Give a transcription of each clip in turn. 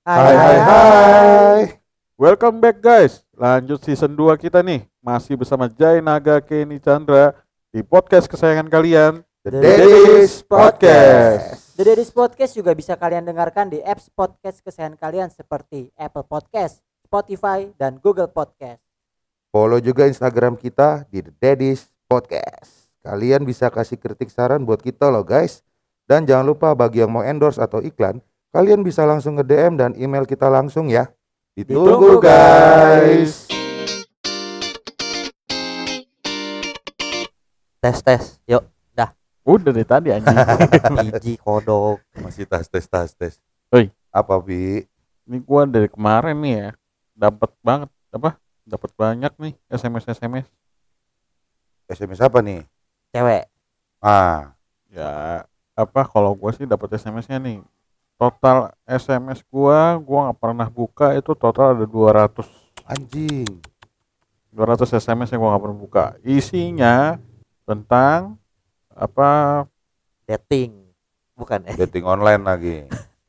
Hai hai hai. Welcome back guys. Lanjut season 2 kita nih. Masih bersama Jai Naga Kenny Chandra di podcast kesayangan kalian, The Daddies Podcast. The Daddies Podcast juga bisa kalian dengarkan di apps podcast kesayangan kalian seperti Apple Podcast, Spotify, dan Google Podcast. Follow juga Instagram kita di The Daddies Podcast. Kalian bisa kasih kritik saran buat kita loh guys. Dan jangan lupa bagi yang mau endorse atau iklan, kalian bisa langsung nge-DM dan email kita langsung ya. Ditunggu guys. Tes, yuk. Udah dari tadi anjing. Biji kodok. Masih tes. Oi. Apa Bi? Ini gua dari kemarin nih ya, dapat banyak nih SMS. SMS apa nih? Cewek. Ya, kalau gua sih dapat SMS-nya nih. Total SMS gua nggak pernah buka itu total ada 200 Anjing. SMS yang gua nggak pernah buka. Isinya tentang Dating. Bukan Dating online lagi.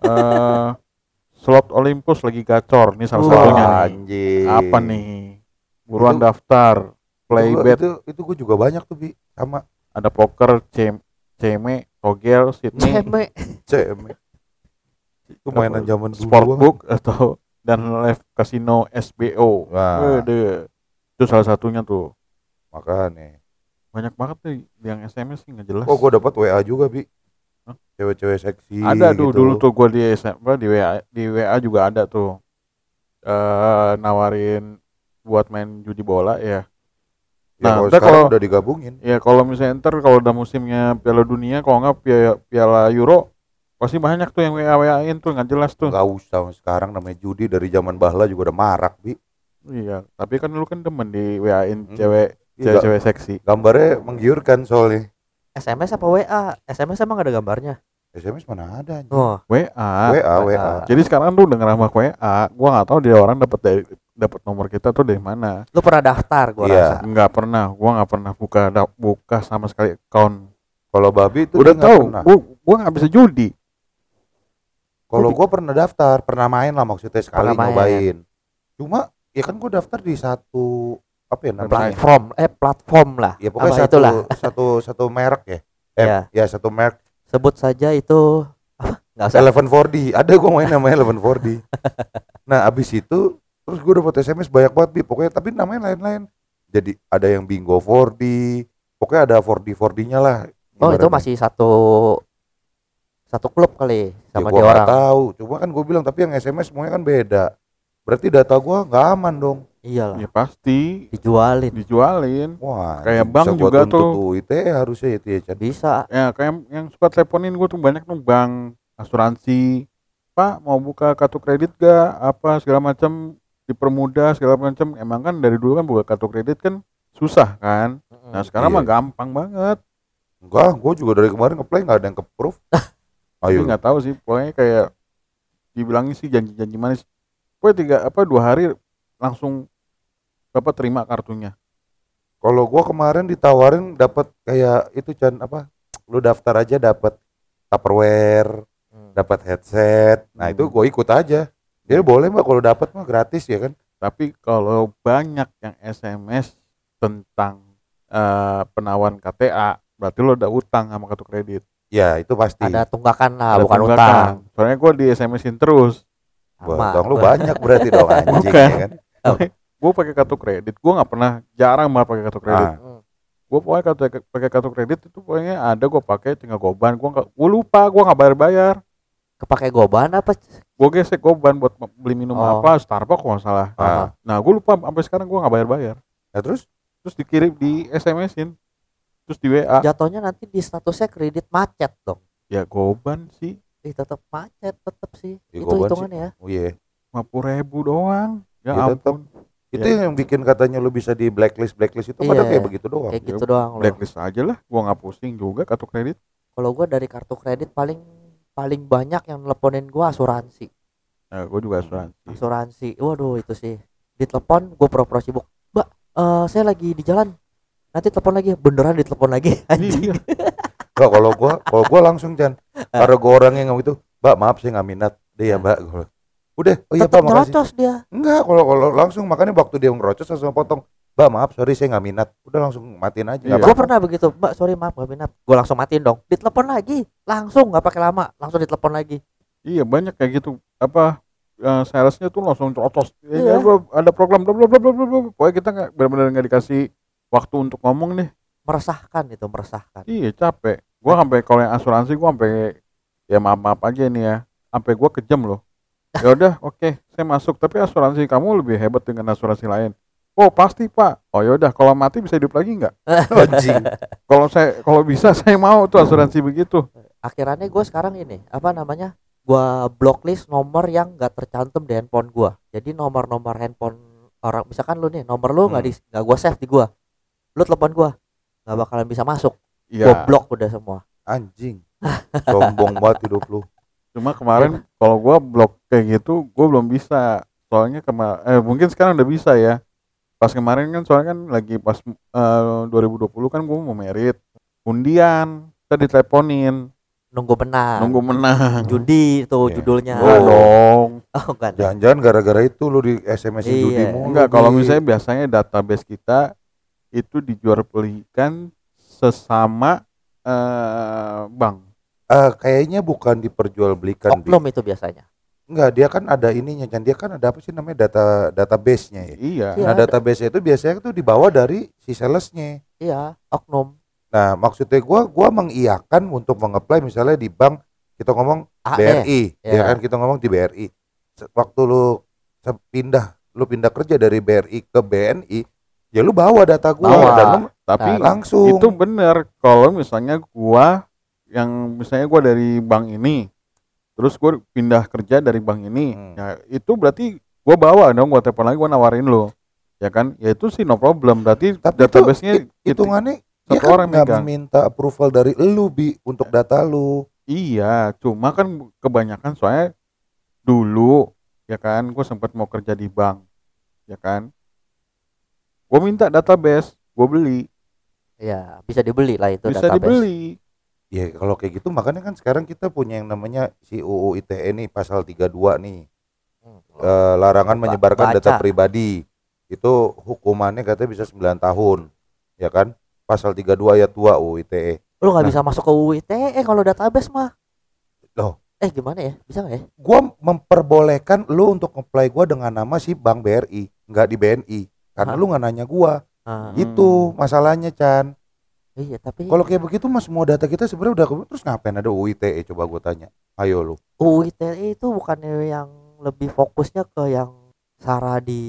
slot Olympus lagi gacor nih salah Wah, satunya nih. Anjing. Apa nih? Buruan Itu- daftar. Playbet, Itu gue juga banyak tuh Bi. Sama ada poker, ceme, togel, Sydney, CM. Itu mainan zaman dulu. sportbook atau dan live casino SBO. Wah. Itu salah satunya tuh. Makanya. Banyak banget nih yang SMS sih nggak jelas. Oh, gue dapat WA juga, Bi. Hah? Cewek-cewek seksi Ada tuh gitu. dulu tuh gue di WA juga ada tuh. Nawarin buat main judi bola ya. Ya, Nah, kalau ntar sekarang kalau- udah digabungin. Ya kalau misalnya ntar kalau udah musimnya Piala Dunia, kalau nggak Piala Euro, pasti banyak tuh yang WA-WA-in tuh nggak jelas tuh. Gak usah, sekarang namanya judi dari zaman Bahla juga udah marak, Bi. Iya, tapi kan dulu kan demen di WA-in Iya, cewek seksi. gambarnya menggiurkan soalnya. SMS apa WA? SMS emang gak ada gambarnya? SMS mana ada anjing. Oh, WA. WA. Jadi sekarang tuh denger sama WA, gua nggak tahu dia orang dapat nomor kita tuh dari mana. lu pernah daftar gua Iya. rasa. Gua nggak pernah buka sama sekali account. Kalau Babi itu Udah dia nggak tahu, pernah. gua nggak bisa judi. Kalau gue pernah daftar, pernah main lah maksudnya sekali Pernah main. nyobain. Cuma ya kan gue daftar di satu apa ya namanya? Platform lah. Ya pokoknya Apa satu, itulah. satu merek ya. Iya. Ya satu merek. Sebut saja itu apa? Enggak usah. 11 4D. Ada gue main namanya 11 4D. Nah, abis itu terus gue dapet SMS banyak banget Bi. Pokoknya tapi namanya lain-lain. Jadi ada yang bingo 4D. Pokoknya ada 4D-4D-nya lah. Oh, itu Ibaratnya. masih satu klub kali Ya, sama gua dia nggak orang. tahu. Cuma kan gue bilang tapi yang SMS semuanya kan beda. Berarti data gue nggak aman dong. Iyalah, Ya pasti dijualin. Wah, Kayak anjing, bank bisa gua juga tuntut tuh. UIT harusnya itu ya Chan. Bisa. Ya kayak yang suka teleponin gue tuh banyak tuh bank, asuransi, Pak mau buka kartu kredit gak, apa segala macam, dipermudah segala macam. Emang kan dari dulu kan buka kartu kredit kan susah kan. Nah sekarang Iya. mah gampang banget. Enggak, gue juga dari kemarin ngeplay nggak ada yang ke-proof. Tapi Ayo. nggak tahu sih, pokoknya kayak dibilangin sih janji-janji manis. Pokoknya 2 hari langsung dapat terima kartunya. Kalau gue kemarin ditawarin dapat kayak itu Chan apa? Lu daftar aja dapat Tupperware, dapat headset. Nah, itu gue ikut aja. Ya boleh Mbak kalau dapat mah gratis ya kan. Tapi kalau banyak yang SMS tentang penawaran KTA, berarti lo udah utang sama kartu kredit. Ya, itu pasti. Ada tunggakan lah, Ada bukan tunggakan. utang. Soalnya gue di SMS-in terus. Wah, Sama. dong lu banyak berarti dong anjing Bukan. ya kan. Gue pakai kartu kredit, gue nggak pernah, jarang banget pakai kartu kredit. Ah, Gue pokoknya pakai kartu kredit itu pokoknya ada gue pakai tinggal goban. Gue lupa, gue nggak bayar. Kepake goban apa? Gue gesek goban buat beli minum Oh. apa, Starbucks kalau nggak salah. Ah. Nah gue lupa sampai sekarang gue nggak bayar. Nah, terus Terus dikirim di SMS-in, terus di WA. Jatuhnya nanti di statusnya kredit macet dong. Ya goban sih, Tetap macet tetap sih. Ya, Itu goban hitungannya ya. oh iya. 50.000 doang. Ya Ya, tetep. ampun. Itu Ya. yang bikin katanya lu bisa di blacklist itu Iya. padahal kayak begitu doang. Kayak Ya, gitu doang loh. Blacklist aja lah, gue nggak pusing juga kartu kredit. Kalau gua dari kartu kredit paling banyak yang teleponin gua asuransi. Nah, gue juga asuransi. Waduh itu sih. Ditelepon gua pura-pura sibuk. Mbak, saya lagi di jalan. Nanti telepon lagi. Beneran ditelepon lagi. Anjing. Iya. Enggak, kalau gua langsung Chan. Karena gua orang yang ngomong itu, "Mbak, maaf saya nggak minat." Deh ya, Mbak. Udah, oh iya Tetap Pak makasih. nyerocos dia. Enggak, kalau langsung makanya waktu dia ngerocos langsung potong. Mbak maaf, sorry saya nggak minat. Udah langsung matiin aja. Iya. Nggak Gue apa-apa. pernah begitu, Mbak sorry maaf gak minat. Gue langsung matiin dong. Ditelepon lagi, langsung nggak pakai lama, langsung ditelepon lagi. Iya banyak kayak gitu. Apa salesnya tuh langsung cerotos. Iya. Bro, ada program bla bla bla bla bla, bla. Pokoknya kita nggak benar-benar nggak dikasih waktu untuk ngomong nih. Meresahkan itu, meresahkan. Iya capek. Gua sampai kalau yang asuransi gua sampai ya maaf aja nih ya. Sampai gua kejam loh. Ya udah, oke, saya masuk. Tapi asuransi kamu lebih hebat dengan asuransi lain. Oh pasti Pak. Oh ya udah, kalau mati bisa hidup lagi nggak? Anjing. Kalau bisa saya mau tuh asuransi begitu. Akhirnya gue sekarang ini apa namanya, gue blocklist nomor yang nggak tercantum di handphone gue. Jadi nomor-nomor handphone orang, misalkan lu nih nomor lu nggak gue save di gue, lu telepon gue nggak bakalan bisa masuk. Gue Iya. block udah semua. Anjing. Sombong banget hidup lu. Cuma kemarin kalau gua blok kayak gitu, gua belum bisa. Soalnya mungkin sekarang udah bisa ya. Pas kemarin kan soalnya kan lagi pas 2020 kan gua mau merit. Undian, kita diteleponin, Nunggu menang. nunggu menang. Judi itu Iya. judulnya. Enggak dong. Oh enggak. Jangan-jangan gara-gara itu lu di SMS-in Iya. judi mulu. Enggak, kalau Bi. misalnya biasanya database kita itu dijual belikan sesama bank. Kayaknya bukan diperjualbelikan, Bi. Oknum itu biasanya. Enggak, dia kan ada ininya, kan dia kan ada apa sih namanya database-nya ya. Iya. Iya. Nah, database itu biasanya tuh dibawa dari si salesnya. Iya, oknum. Nah, maksudnya gua mengiyakan untuk mengapply misalnya di bank, kita ngomong AE. BRI, ya Iya. kan kita ngomong di BRI. Waktu lu pindah kerja dari BRI ke BNI, ya lu bawa data gua Bawa. dan lu Tapi langsung itu benar kalau misalnya misalnya gua dari bank ini terus gua pindah kerja dari bank ini, ya itu berarti gua bawa dong, gua telepon lagi, gua nawarin lo, ya kan, ya itu sih no problem, berarti tapi database-nya hitungannya dia satu kan orang nggak megang. minta approval dari lu Bi untuk data lu. Iya, cuma kan kebanyakan soalnya dulu ya kan gua sempat mau kerja di bank, ya kan, gua minta database, gua beli, Iya, bisa dibeli lah itu bisa database. dibeli. Ya kalau kayak gitu makanya kan sekarang kita punya yang namanya si UU ITE nih pasal 32 nih. Larangan menyebarkan data Baca. pribadi. Itu hukumannya katanya bisa 9 tahun. Ya kan? Pasal 32 ayat 2 UU ITE. Lu nggak Nah. bisa masuk ke UU ITE kalau database mah. Loh. Gimana ya? Bisa nggak ya? Gua memperbolehkan lu untuk nge-apply gua dengan nama si Bank BRI, nggak di BNI. Karena Hah? lu nggak nanya gua. Ah, Itu masalahnya, Chan. iya, tapi Kalau kayak begitu mah semua data kita sebenarnya udah terus ngapain ada UU ITE, coba gua tanya. Ayo lu. UU ITE itu bukannya yang lebih fokusnya ke yang sara di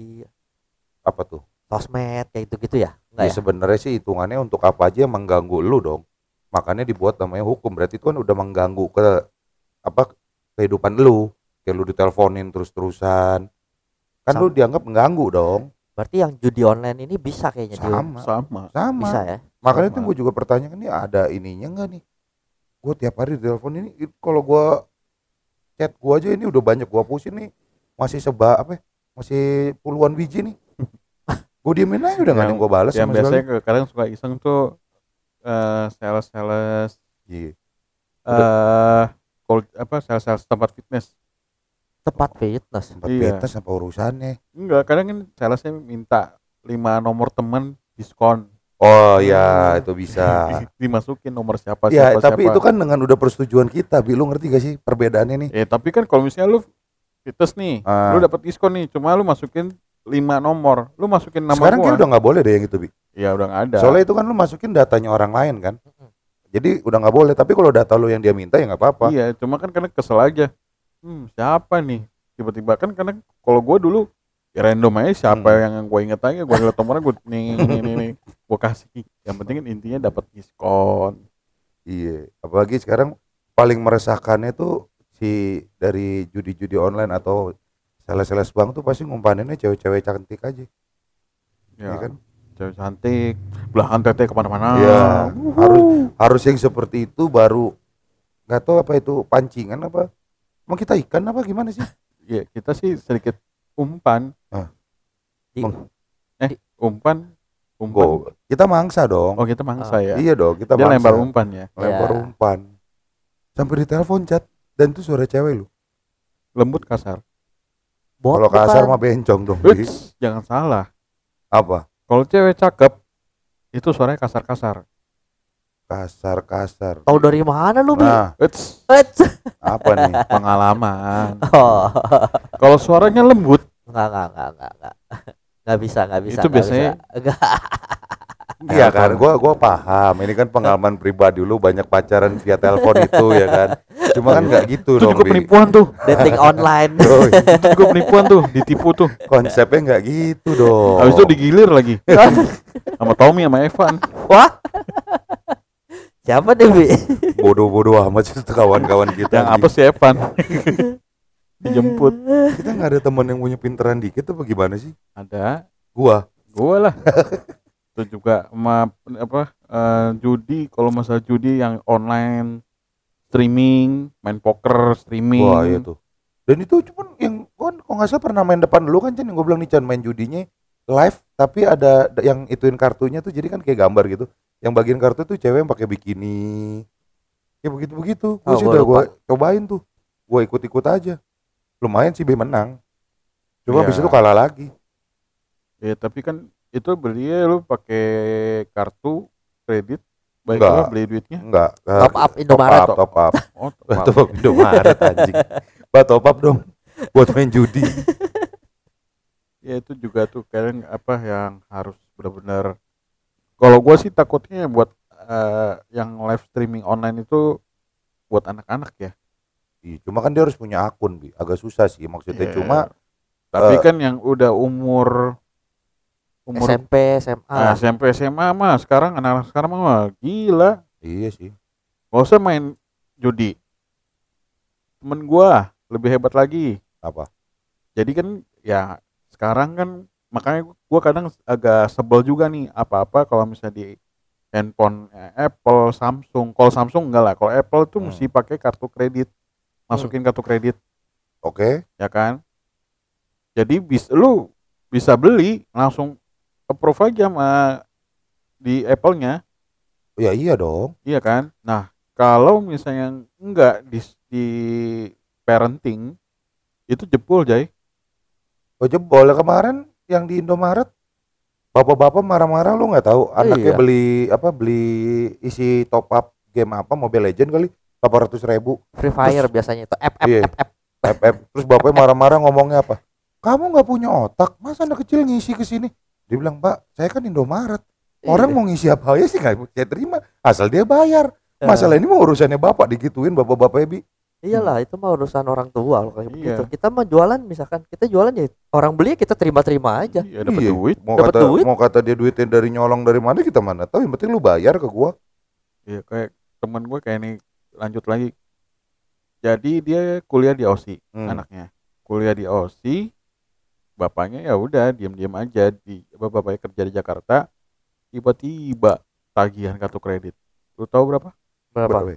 Apa tuh? sosmed kayak gitu-gitu ya? Ya Enggak ya? sebenarnya sih hitungannya untuk apa aja yang mengganggu lu dong. Makanya dibuat namanya hukum. Berarti itu kan udah mengganggu ke apa kehidupan lu. Kayak lu diteleponin terus-terusan. Kan lu dianggap mengganggu dong. Berarti yang judi online ini bisa kayaknya Sama. Sama. bisa ya? Makanya Sama. tuh gue juga pertanyakan nih ada ininya enggak nih? Gue tiap hari ditelepon ini kalau gue chat gue aja ini udah banyak gue pusin nih. Masih masih puluhan biji nih. Gue diemin aja udah nggak ada yang gue balas Yang sama biasanya sekali. kadang suka iseng tuh sales Iya. sales tempat fitness. Tempat fitness. Tempat Iya. fitness apa urusannya? Enggak, kadang kan salesnya minta 5 nomor teman diskon. Oh ya itu bisa. Dimasukin nomor siapa Ya siapa tapi siapa. itu kan dengan udah persetujuan kita. Bi lu ngerti gak sih perbedaannya nih? Tapi kan kalau misalnya lu fitness nih, Ah. lu dapat diskon nih, cuma lu masukin 5 nomor. Lu masukin nama Sekarang gua. kayak udah nggak boleh deh yang itu Bi. Ya udah nggak ada. Soalnya itu kan lu masukin datanya orang lain kan. Jadi udah nggak boleh. Tapi kalau data lu yang dia minta ya nggak apa-apa. Iya, cuma kan kadang kesel aja. Siapa nih? Tiba-tiba kan karena kalau gua dulu ya random aja siapa yang gue inget aja, gue liat nomornya gue nih gue kasih. Yang penting kan intinya dapat diskon. Iya. Apalagi sekarang paling meresahkannya tuh si dari judi-judi online atau sales-sales bank tuh pasti ngumpaninnya cewek-cewek cantik aja. Iya Ya, kan? cewek cantik, belahan tete kemana-mana. Iya. Harus yang seperti itu baru nggak tahu apa itu pancingan apa. Emang kita ikan apa gimana sih? Iya, kita sih sedikit umpan. Di- Umpan. Kita mangsa dong. Oh, kita mangsa ya. Iya dong, kita Dia mangsa. lempar umpan ya. Lempar Iya. umpan. Sampai ditelepon chat dan itu suara cewek lu. Lembut kasar. Bot Kalau kasar bukan. mah bencong dong. Bi. Eits, jangan salah. Apa? Kalau cewek cakep itu suaranya kasar-kasar. Kasar-kasar. Tahu dari mana lu, Bi? Nah, Eits, apa nih? pengalaman. Oh. Kalau suaranya lembut, Enggak. Enggak bisa. Itu biasanya- Enggak. Iya kan, gua paham. Ini kan pengalaman pribadi lu banyak pacaran via telepon itu ya kan. Cuma kan nggak gitu itu dong. juga Bi. penipuan tuh. Dating online. Oh, Itu juga penipuan tuh, ditipu tuh. konsepnya nggak gitu dong. Habis itu digilir lagi. Sama Tommy sama Evan. Wah. Siapa deh, Bi? Bodoh-bodoh amat sih itu kawan-kawan kita. Yang apa sih Evan? Dijemput. Kita nggak ada teman yang punya pinteran dikit apa gimana sih? Ada Gua. gua lah. Itu juga sama judi, kalau masalah judi yang online streaming, main poker streaming. Wah, iya tuh. Dan itu cuman yang kan kalau nggak salah pernah main depan lu kan Chan, yang gue bilang nih Chan, main judinya live tapi ada yang ituin kartunya tuh jadi kan kayak gambar gitu. Yang bagian kartu tuh cewek yang pakai bikini. Kayak begitu-begitu. Gue Oh, sih gua udah lupa. gue cobain tuh. Gue ikut-ikut aja. Lumayan sih B menang. Cuma Iya. habis itu kalah lagi. Ya tapi kan itu beli lu pakai kartu kredit, baik Enggak. lu beli duitnya. Enggak. Top up Indomaret. Top up. Oh, Top up Indomaret anjing. Bah, top up dong. Buat main judi. ya itu juga tuh kalian apa yang harus benar-benar. Kalau gua sih takutnya buat yang live streaming online itu buat anak-anak ya. Iya, cuma kan dia harus punya akun, Bi. Agak susah sih maksudnya. Ya, Cuma tapi kan yang udah umur SMP, SMA. SMP SMA mah sekarang anak-anak sekarang mah gila. iya sih. Gak usah main judi. Temen gua lebih hebat lagi. Apa? Jadi kan ya sekarang kan makanya gua kadang agak sebel juga nih apa-apa kalau misalnya di handphone Apple, Samsung. Kalau Samsung enggak lah. Kalau Apple tuh mesti pakai kartu kredit. Masukin kartu kredit, Oke. ya kan? Jadi lu bisa beli langsung approve aja sama di Apple-nya. Ya iya dong. Iya kan? Nah, kalau misalnya enggak di parenting itu jebol, Jay. Oh jebol ya kemarin yang di Indomaret. Bapak-bapak marah-marah lu nggak tahu anaknya Iya. beli isi top up game apa Mobile Legend kali 800.000. Free Fire biasanya itu app. Iya. Terus bapaknya marah-marah ngomongnya apa? Kamu nggak punya otak, masa anak kecil ngisi ke sini? Dia bilang, Mbak, saya kan Indomaret. Orang mau ngisi apa aja sih nggak saya terima, asal dia bayar. Masalah ini mah urusannya bapak digituin bapak-bapak Bi. Iyalah, itu mah urusan orang tua loh kayak Iya. begitu. Kita mau jualan misalkan, kita jualan ya orang beli ya kita terima-terima aja. Iya, dapat Iya. duit. Mau kata dia duitnya dari nyolong dari mana kita mana tahu, yang penting lu bayar ke gua. Iya, kayak teman gue kayak ini lanjut lagi. Jadi dia kuliah di Aussie, anaknya. Kuliah di Aussie, bapaknya ya udah diam-diam aja bapaknya kerja di Jakarta. Tiba-tiba tagihan kartu kredit. Lu tahu berapa? Berapa?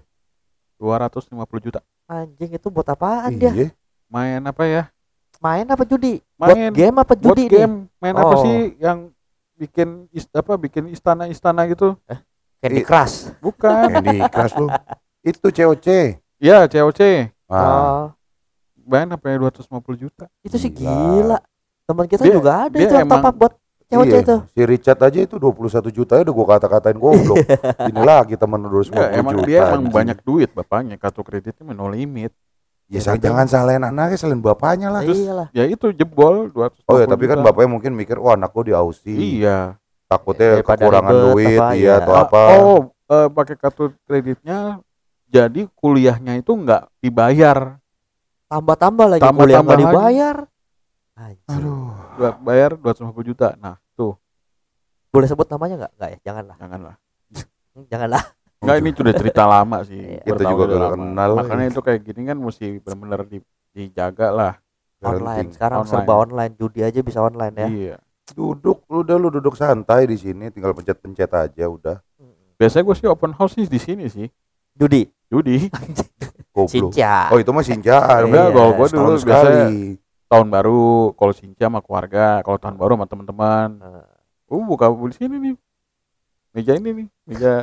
250 juta. Anjing, itu buat apaan dia? Iya. Main apa ya? Main apa judi? Main Buat game apa buat judi nih? game. Main apa Oh. sih yang bikin istana-istana gitu? Candy Crush. Bukan. Candy Crush lu. Itu COC. Ya, COC. Ah, Oh, Main apa ya 250 juta. itu sih Gila. gila. Teman kita Dia- juga ada dia itu yang top emang- up buat cewek iya. itu. Si Richard aja itu 21 juta ya udah gua kata-katain goblok. Ini lagi temen 250 Enggak, emang juta. dia emang anjing. banyak duit bapaknya. Kartu kreditnya no limit. Ya, jangan salahin anaknya, salahin bapaknya lah. Iyalah. Ya itu jebol 250 Oh ya, tapi kan juta. bapaknya mungkin mikir, wah anak gua di Aussie. Iya. Takutnya Daripada kekurangan ribet, duit, apa, iya ya. atau apa. Pakai kartu kreditnya jadi kuliahnya itu nggak dibayar. Tambah-tambah lagi Tambah-tambah kuliah nggak lagi. dibayar. Anjing. Aduh. Bayar 250 juta. Nah, tuh, Boleh sebut namanya nggak? Nggak ya, janganlah. janganlah. Janganlah. Enggak, ini sudah cerita lama sih. Iya. Kita Bertahun juga udah gak lama. kenal. Makanya itu kayak gini kan mesti benar-benar dijaga lah. Online. Parenting. Sekarang Online. serba online. Judi aja bisa online ya. Iya. Lu duduk santai di sini, tinggal pencet-pencet aja udah. Biasanya gue sih open house sih di sini sih. Judi. Judi. Goblok. Sinca. Oh, itu mah sinjaan. Enggak, Iya, kalau gue dulu Setahun biasanya sekali. tahun baru kalau Sinca sama keluarga, kalau tahun baru sama teman-teman. Buka di sini nih. Meja ini nih, meja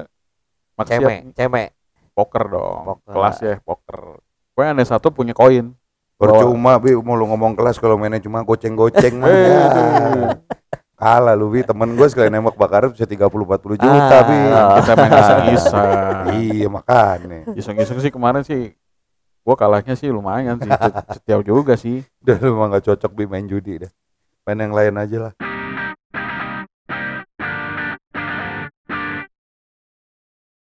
maksiat nih. Cemek. Poker dong. Poker. Kelas ya poker. Pokoknya ada satu punya koin. Percuma Bi mau lu ngomong kelas kalau mainnya cuma goceng-goceng mah ya. Kalah lu Bi, temen gue sekali nembak bakaran bisa 30-40 juta Bi. Kita main iseng-iseng. Iya makanya. Iseng-iseng sih kemarin sih gua kalahnya sih lumayan sih. Setiap juga sih. Udah lu emang gak cocok Bi main judi dah. Main yang lain aja lah.